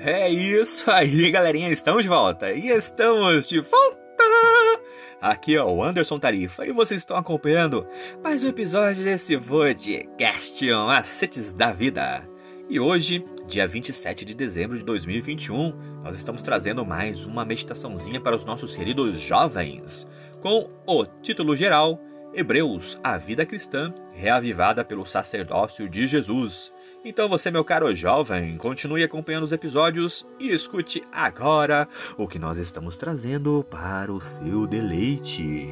É isso aí, galerinha, estamos de volta. E estamos de volta! Aqui é o Anderson Tarifa e vocês estão acompanhando mais um episódio desse podcast Macetes da Vida. E hoje, dia 27 de dezembro de 2021, nós estamos trazendo mais uma meditaçãozinha para os nossos queridos jovens, com o título geral, Hebreus, a vida cristã reavivada pelo sacerdócio de Jesus. Então você, meu caro jovem, continue acompanhando os episódios e escute agora o que nós estamos trazendo para o seu deleite.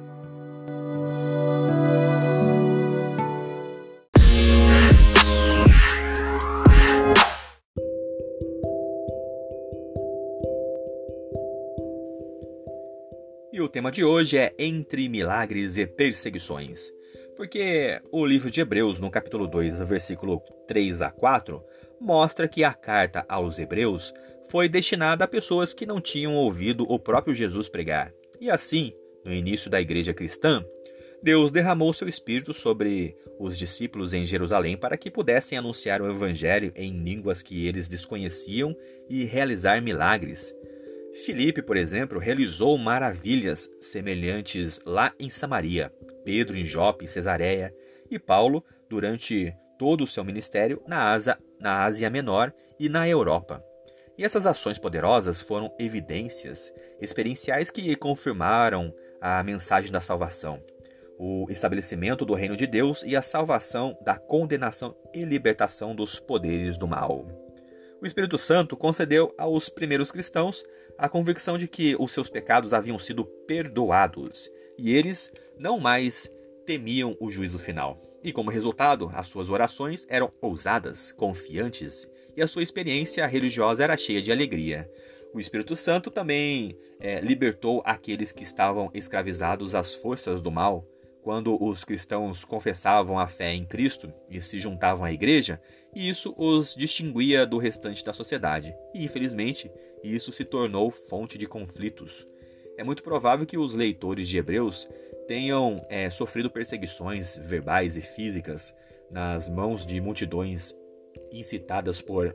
E o tema de hoje é Entre Milagres e Perseguições. Porque o livro de Hebreus, no capítulo 2, versículo 3 a 4, mostra que a carta aos Hebreus foi destinada a pessoas que não tinham ouvido o próprio Jesus pregar. E assim, no início da igreja cristã, Deus derramou seu Espírito sobre os discípulos em Jerusalém para que pudessem anunciar o Evangelho em línguas que eles desconheciam e realizar milagres. Filipe, por exemplo, realizou maravilhas semelhantes lá em Samaria, Pedro em Jope e Cesareia, e Paulo, durante todo o seu ministério, na Ásia Menor e na Europa. E essas ações poderosas foram evidências experienciais que confirmaram a mensagem da salvação, o estabelecimento do reino de Deus e a salvação da condenação e libertação dos poderes do mal. O Espírito Santo concedeu aos primeiros cristãos a convicção de que os seus pecados haviam sido perdoados e eles não mais temiam o juízo final. E como resultado, as suas orações eram ousadas, confiantes e a sua experiência religiosa era cheia de alegria. O Espírito Santo também libertou aqueles que estavam escravizados às forças do mal. Quando os cristãos confessavam a fé em Cristo e se juntavam à igreja, isso os distinguia do restante da sociedade. E, infelizmente, isso se tornou fonte de conflitos. É muito provável que os leitores de Hebreus tenham sofrido perseguições verbais e físicas nas mãos de multidões incitadas por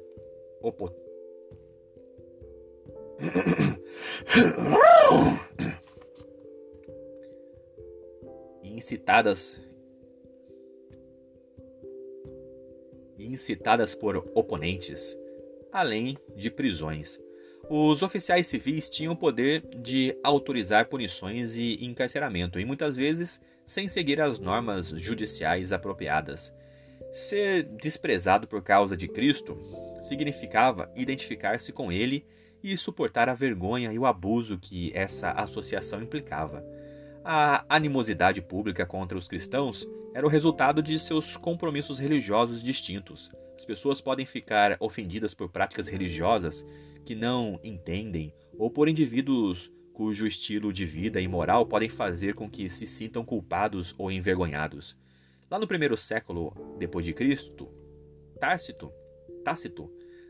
incitadas por oponentes, além de prisões. Os oficiais civis tinham o poder de autorizar punições e encarceramento, e muitas vezes sem seguir as normas judiciais apropriadas. Ser desprezado por causa de Cristo significava identificar-se com ele e suportar a vergonha e o abuso que essa associação implicava. A animosidade pública contra os cristãos era o resultado de seus compromissos religiosos distintos. As pessoas podem ficar ofendidas por práticas religiosas que não entendem ou por indivíduos cujo estilo de vida e moral podem fazer com que se sintam culpados ou envergonhados. Lá no primeiro século depois de Cristo, Tácito,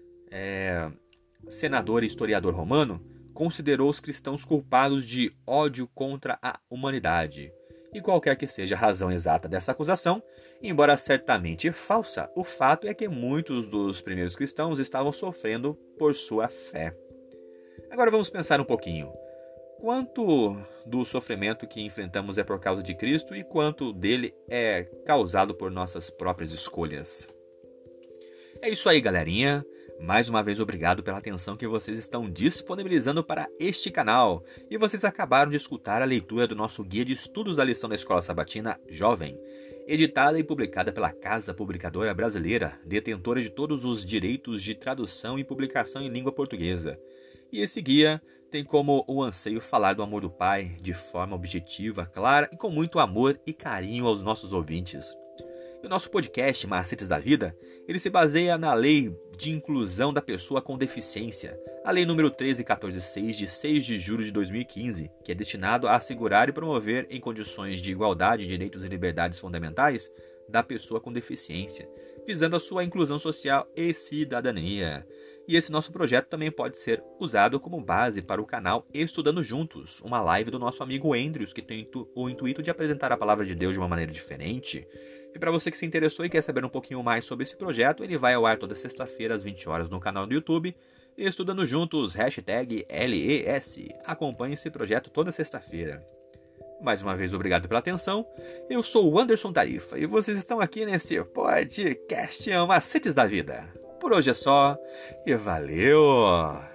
senador e historiador romano, considerou os cristãos culpados de ódio contra a humanidade. E qualquer que seja a razão exata dessa acusação, embora certamente falsa, o fato é que muitos dos primeiros cristãos estavam sofrendo por sua fé. Agora vamos pensar um pouquinho. Quanto do sofrimento que enfrentamos é por causa de Cristo e quanto dele é causado por nossas próprias escolhas? É isso aí, galerinha. Mais uma vez, obrigado pela atenção que vocês estão disponibilizando para este canal. E vocês acabaram de escutar a leitura do nosso Guia de Estudos da Lição da Escola Sabatina Jovem, editada e publicada pela Casa Publicadora Brasileira, detentora de todos os direitos de tradução e publicação em língua portuguesa. E esse guia tem como o anseio falar do amor do Pai de forma objetiva, clara e com muito amor e carinho aos nossos ouvintes. E o nosso podcast, Macetes da Vida, ele se baseia na Lei de Inclusão da Pessoa com Deficiência, a Lei número 13.146, de 6 de julho de 2015, que é destinado a assegurar e promover em condições de igualdade, direitos e liberdades fundamentais da pessoa com deficiência, visando a sua inclusão social e cidadania. E esse nosso projeto também pode ser usado como base para o canal Estudando Juntos, uma live do nosso amigo Andrews, que tem o intuito de apresentar a palavra de Deus de uma maneira diferente. E para você que se interessou e quer saber um pouquinho mais sobre esse projeto, ele vai ao ar toda sexta-feira às 20 horas no canal do YouTube, Estudando Juntos, #LES. Acompanhe esse projeto toda sexta-feira. Mais uma vez, obrigado pela atenção. Eu sou o Anderson Tarifa e vocês estão aqui nesse podcast Macetes da Vida. Por hoje é só e valeu!